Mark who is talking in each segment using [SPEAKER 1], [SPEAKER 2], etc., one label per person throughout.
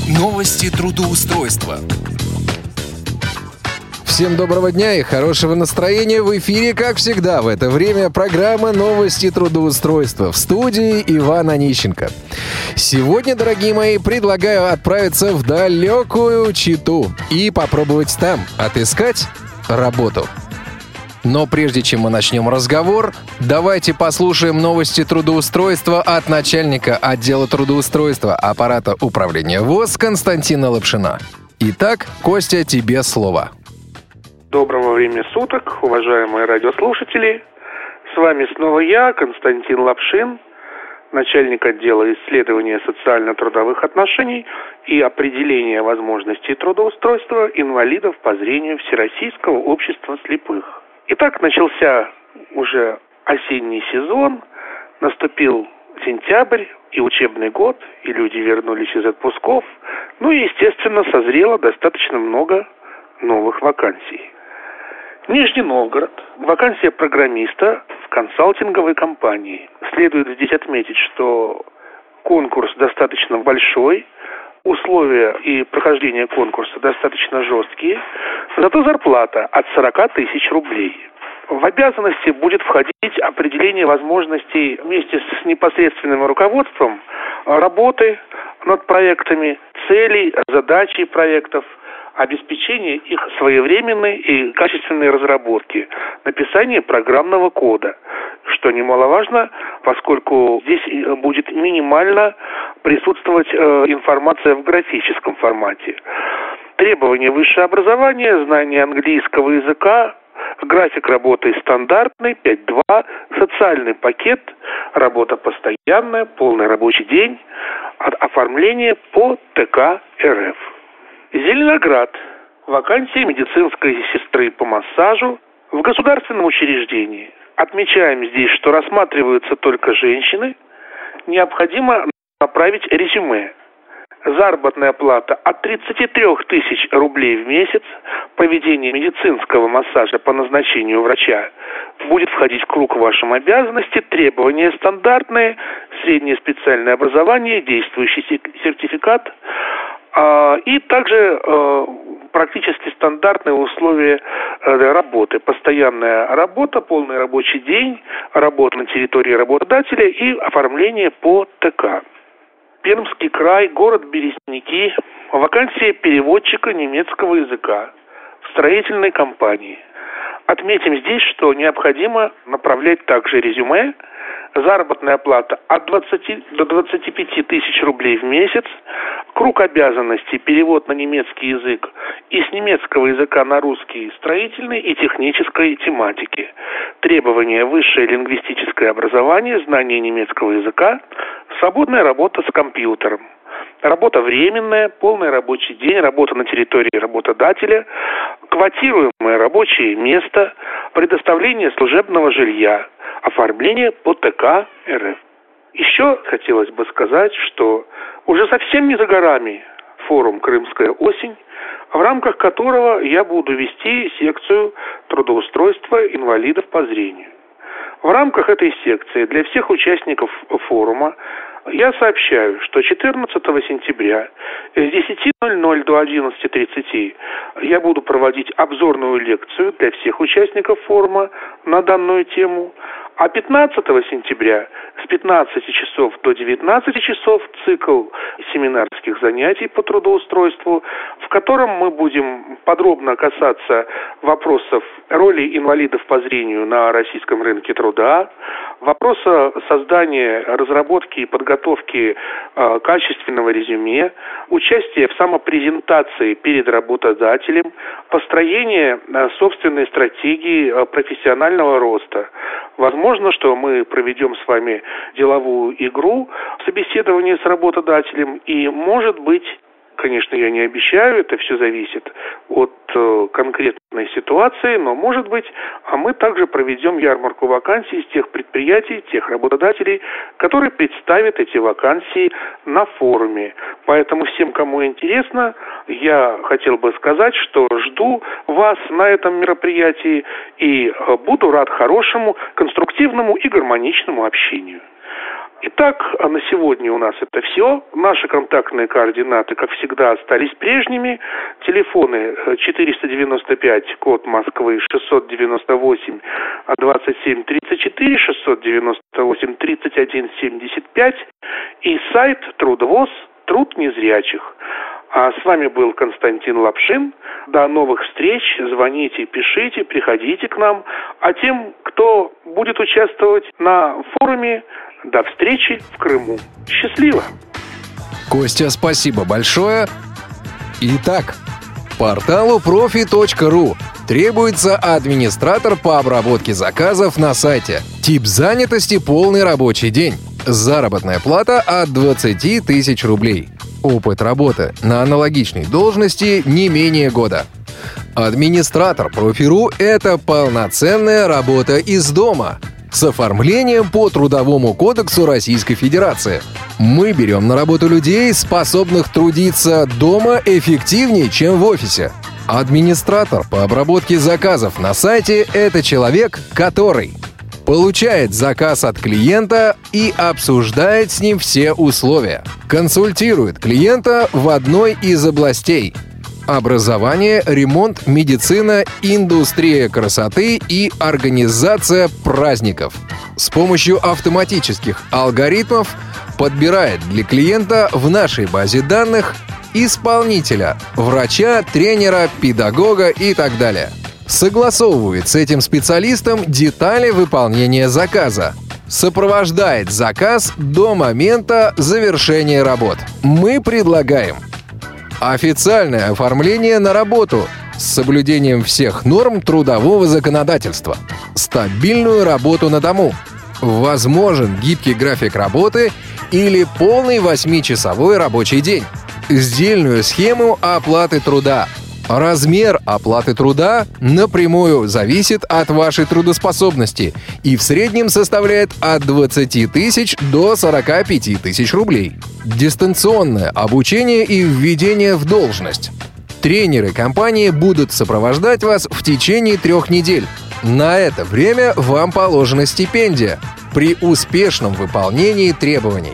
[SPEAKER 1] Новости трудоустройства.
[SPEAKER 2] Всем доброго дня и хорошего настроения. В эфире, как всегда, в это время программа «Новости трудоустройства». В студии Иван Онищенко. Сегодня, дорогие мои, предлагаю отправиться в далекую Читу и попробовать там отыскать работу. Но прежде чем мы начнем разговор, давайте послушаем новости трудоустройства от начальника отдела трудоустройства аппарата управления ВОС Константина Лапшина. Итак, Костя, тебе слово.
[SPEAKER 3] Доброго времени суток, уважаемые радиослушатели. С вами снова я, Константин Лапшин, начальник отдела исследования социально-трудовых отношений и определения возможностей трудоустройства инвалидов по зрению Всероссийского общества слепых. Итак, начался уже осенний сезон, наступил сентябрь и учебный год, и люди вернулись из отпусков. Ну и, естественно, созрело достаточно много новых вакансий. Нижний Новгород. Вакансия программиста в консалтинговой компании. Следует здесь отметить, что конкурс достаточно большой, условия и прохождение конкурса достаточно жесткие, зато зарплата от 40 тысяч рублей. В обязанности будет входить определение возможностей вместе с непосредственным руководством работы над проектами, целей, задачей проектов, обеспечение их своевременной и качественной разработки, написание программного кода, что немаловажно, поскольку здесь будет минимально присутствовать информация в графическом формате. Требования высшего образования, знание английского языка, график работы стандартный, 5-2, социальный пакет, работа постоянная, полный рабочий день, оформление по ТК РФ. Зеленоград. Вакансия медицинской сестры по массажу в государственном учреждении. Отмечаем здесь, что рассматриваются только женщины. Необходимо направить резюме. Заработная плата от 33 тысяч рублей в месяц. Поведение медицинского массажа по назначению врача будет входить в круг ваших обязанностей. Требования стандартные. Среднее специальное образование, действующий сертификат. И также практически стандартные условия работы. Постоянная работа, полный рабочий день, работа на территории работодателя и оформление по ТК. Пермский край, город Березники. Вакансия переводчика немецкого языка в строительной компании. Отметим здесь, что необходимо направлять также резюме. Заработная плата от 20 до 25 тысяч рублей в месяц. Круг обязанностей, перевод на немецкий язык и с немецкого языка на русский строительной и технической тематики. Требования: высшее лингвистическое образование, знание немецкого языка, свободная работа с компьютером. Работа временная, полный рабочий день, работа на территории работодателя, квотируемое рабочее место, предоставление служебного жилья, оформление по ТК РФ. Еще хотелось бы сказать, что уже совсем не за горами форум «Крымская осень», в рамках которого я буду вести секцию трудоустройства инвалидов по зрению. В рамках этой секции для всех участников форума я сообщаю, что 14 сентября с 10:00 до 11:30 я буду проводить обзорную лекцию для всех участников форума на данную тему, а 15 сентября с 15 часов до 19 часов цикл семинарских занятий по трудоустройству, в котором мы будем подробно касаться вопросов роли инвалидов по зрению на российском рынке труда, вопроса создания, разработки и подготовки качественного резюме, участия в самопрезентации перед работодателем, построение собственной стратегии профессионального роста. Возможно, что мы проведем с вами деловую игру в собеседовании с работодателем, и, может быть, конечно, я не обещаю, это все зависит от конкретной ситуации, но, может быть, мы также проведем ярмарку вакансий с тех предприятий, тех работодателей, которые представят эти вакансии на форуме. Поэтому всем, кому интересно, я хотел бы сказать, что жду вас на этом мероприятии и буду рад хорошему, конструктивному и гармоничному общению. Итак, а на сегодня у нас это все. Наши контактные координаты, как всегда, остались прежними. Телефоны 495, код Москвы, 698 27 34, 698 31 75 и сайт Трудвоз, труд незрячих. А с вами был Константин Лапшин. До новых встреч. Звоните, пишите, приходите к нам. А тем, кто будет участвовать на форуме, до встречи в Крыму. Счастливо!
[SPEAKER 2] Костя, спасибо большое. Итак, порталу profi.ru требуется администратор по обработке заказов на сайте. Тип занятости – полный рабочий день. Заработная плата от 20 тысяч рублей. Опыт работы на аналогичной должности не менее года. Администратор Профи.ру – это полноценная работа из дома с оформлением по Трудовому кодексу Российской Федерации. Мы берем на работу людей, способных трудиться дома эффективнее, чем в офисе. Администратор по обработке заказов на сайте – это человек, который получает заказ от клиента и обсуждает с ним все условия. Консультирует клиента в одной из областей: образование, ремонт, медицина, индустрия красоты и организация праздников. С помощью автоматических алгоритмов подбирает для клиента в нашей базе данных исполнителя, врача, тренера, педагога и так далее. Согласовывает с этим специалистом детали выполнения заказа. Сопровождает заказ до момента завершения работ. Мы предлагаем официальное оформление на работу с соблюдением всех норм трудового законодательства, стабильную работу на дому, возможен гибкий график работы или полный 8-часовой рабочий день, сдельную схему оплаты труда. Размер оплаты труда напрямую зависит от вашей трудоспособности и в среднем составляет от 20 тысяч до 45 тысяч рублей. Дистанционное обучение и введение в должность. Тренеры компании будут сопровождать вас в течение 3 недель. На это время вам положена стипендия при успешном выполнении требований.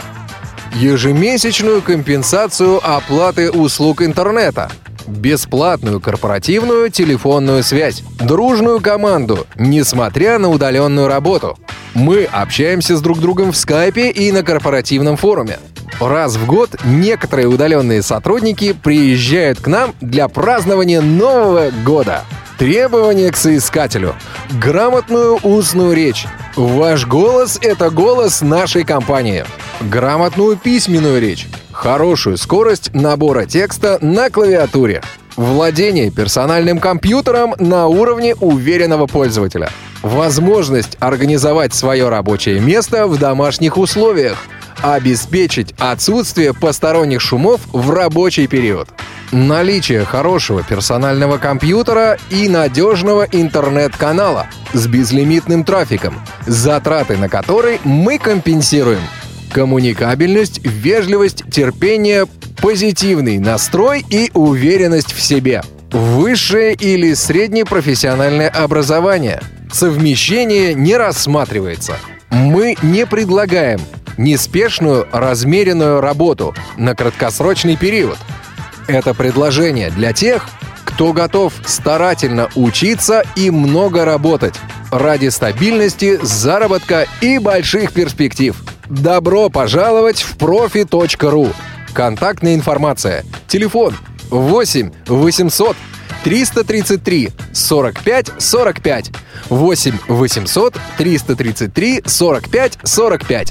[SPEAKER 2] Ежемесячную компенсацию оплаты услуг интернета. Бесплатную корпоративную телефонную связь. Дружную команду, несмотря на удаленную работу. Мы общаемся с друг другом в скайпе и на корпоративном форуме. Раз в год некоторые удаленные сотрудники приезжают к нам для празднования Нового года. Требования к соискателю. Грамотную устную речь. Ваш голос – это голос нашей компании. Грамотную письменную речь. Хорошую скорость набора текста на клавиатуре. Владение персональным компьютером на уровне уверенного пользователя. Возможность организовать свое рабочее место в домашних условиях. Обеспечить отсутствие посторонних шумов в рабочий период. Наличие хорошего персонального компьютера и надежного интернет-канала с безлимитным трафиком, затраты на который мы компенсируем. Коммуникабельность, вежливость, терпение, позитивный настрой и уверенность в себе. Высшее или среднее профессиональное образование. Совмещение не рассматривается. Мы не предлагаем неспешную, размеренную работу на краткосрочный период. Это предложение для тех, кто готов старательно учиться и много работать ради стабильности, заработка и больших перспектив. Добро пожаловать в profi.ru. Контактная информация. Телефон 8 800 333 45 45. 8 800 333 45 45.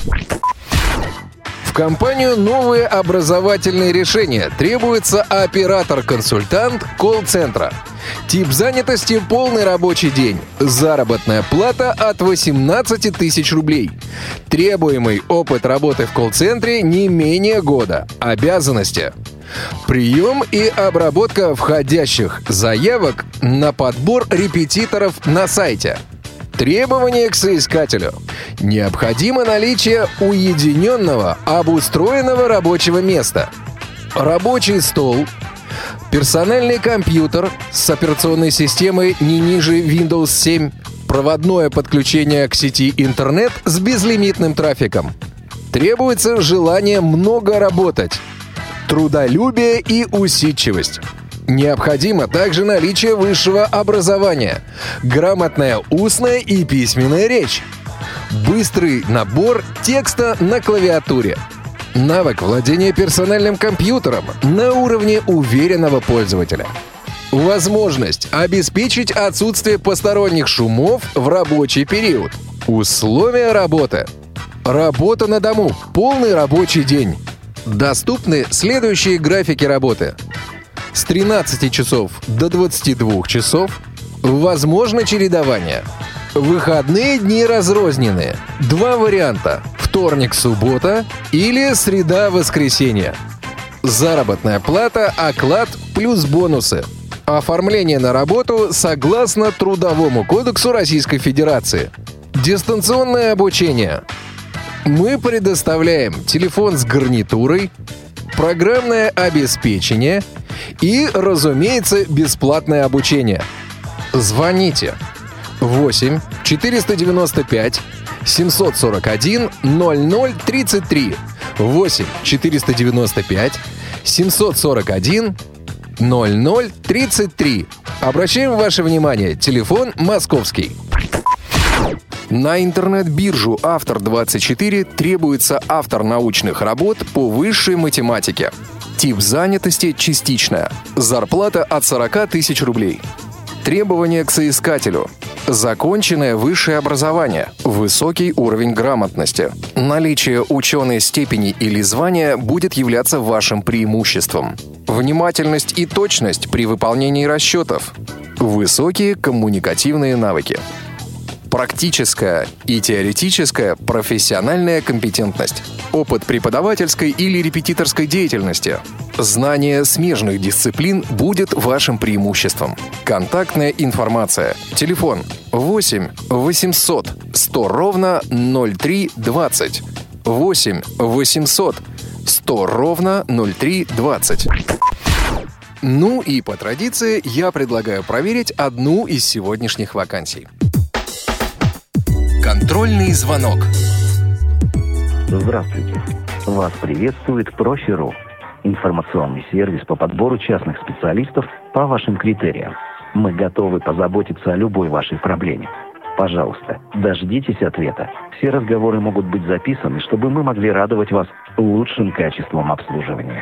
[SPEAKER 2] В компанию «Новые образовательные решения» требуется оператор-консультант колл-центра. Тип занятости – полный рабочий день. Заработная плата от 18 тысяч рублей. Требуемый опыт работы в колл-центре не менее года. Обязанности: прием и обработка входящих заявок на подбор репетиторов на сайте. Требования к соискателю. Необходимо наличие уединенного, обустроенного рабочего места. Рабочий стол. Персональный компьютер с операционной системой не ниже Windows 7. Проводное подключение к сети интернет с безлимитным трафиком. Требуется желание много работать, трудолюбие и усидчивость. Необходимо также наличие высшего образования, грамотная устная и письменная речь, быстрый набор текста на клавиатуре, навык владения персональным компьютером на уровне уверенного пользователя, возможность обеспечить отсутствие посторонних шумов в рабочий период, условия работы, работа на дому, полный рабочий день. Доступны следующие графики работы. С 13 часов до 22 часов. Возможно чередование. Выходные дни разрозненные. 2 варианта. Вторник-суббота или среда-воскресенье. Заработная плата, оклад плюс бонусы. Оформление на работу согласно Трудовому кодексу Российской Федерации. Дистанционное обучение. Мы предоставляем телефон с гарнитурой, программное обеспечение и, разумеется, бесплатное обучение. Звоните 8 495 741 0033 8 495 741 0033. Обращаем ваше внимание, телефон московский. На интернет-биржу «Автор-24» требуется автор научных работ по высшей математике. Тип занятости – частичная. Зарплата от 40 тысяч рублей. Требования к соискателю. Законченное высшее образование. Высокий уровень грамотности. Наличие ученой степени или звания будет являться вашим преимуществом. Внимательность и точность при выполнении расчетов. Высокие коммуникативные навыки. Практическая и теоретическая профессиональная компетентность. Опыт преподавательской или репетиторской деятельности. Знание смежных дисциплин будет вашим преимуществом. Контактная информация. Телефон 8 800 100 ровно 0320. 8 800 100 ровно 0320. Ну и по традиции я предлагаю проверить одну из сегодняшних вакансий.
[SPEAKER 1] Контрольный звонок.
[SPEAKER 4] Здравствуйте. Вас приветствует Профи.ру. Информационный сервис по подбору частных специалистов по вашим критериям. Мы готовы позаботиться о любой вашей проблеме. Пожалуйста, дождитесь ответа. Все разговоры могут быть записаны, чтобы мы могли радовать вас лучшим качеством обслуживания.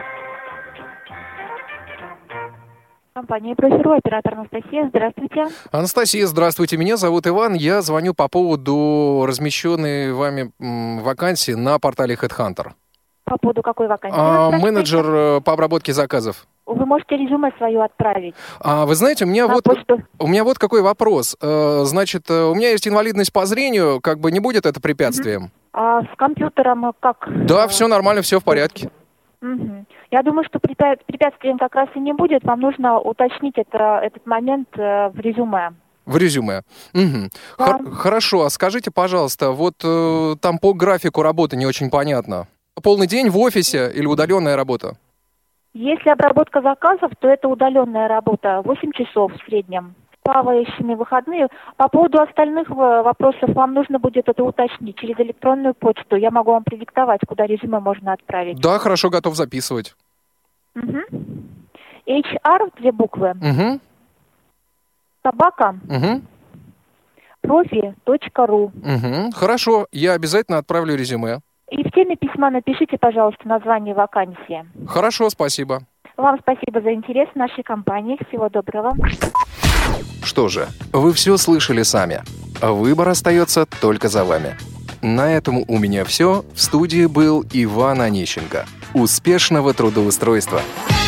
[SPEAKER 5] Компания «Профи.ру», оператор Анастасия. Здравствуйте.
[SPEAKER 2] Анастасия, здравствуйте. Меня зовут Иван. Я звоню по поводу размещенной вами вакансии на портале HeadHunter.
[SPEAKER 5] По поводу какой вакансии?
[SPEAKER 2] Менеджер по обработке заказов.
[SPEAKER 5] Вы можете резюме свое отправить.
[SPEAKER 2] Вы знаете, у меня вот какой вопрос. Значит, у меня есть инвалидность по зрению, как бы не будет это препятствием?
[SPEAKER 5] А с компьютером как?
[SPEAKER 2] Да, все нормально, все в порядке.
[SPEAKER 5] Я думаю, что препятствием как раз и не будет. Вам нужно уточнить этот момент в резюме.
[SPEAKER 2] В резюме. Угу.
[SPEAKER 5] Да.
[SPEAKER 2] Хорошо, а скажите, пожалуйста, вот там по графику работы не очень понятно. Полный день в офисе или удаленная работа?
[SPEAKER 5] Если обработка заказов, то это удаленная работа, 8 часов в среднем. Плавающими выходные. По поводу остальных вопросов вам нужно будет это уточнить через электронную почту. Я могу вам продиктовать, куда резюме можно отправить.
[SPEAKER 2] Да, хорошо, готов записывать.
[SPEAKER 5] HR, 2 буквы. Собака. Профи.ру.
[SPEAKER 2] Хорошо, я обязательно отправлю резюме.
[SPEAKER 5] И в теме письма напишите, пожалуйста, название вакансии.
[SPEAKER 2] Хорошо, спасибо.
[SPEAKER 5] Вам спасибо за интерес в нашей компании. Всего доброго.
[SPEAKER 2] Что же, вы все слышали сами. Выбор остается только за вами. На этом у меня все. В студии был Иван Онищенко. Успешного трудоустройства!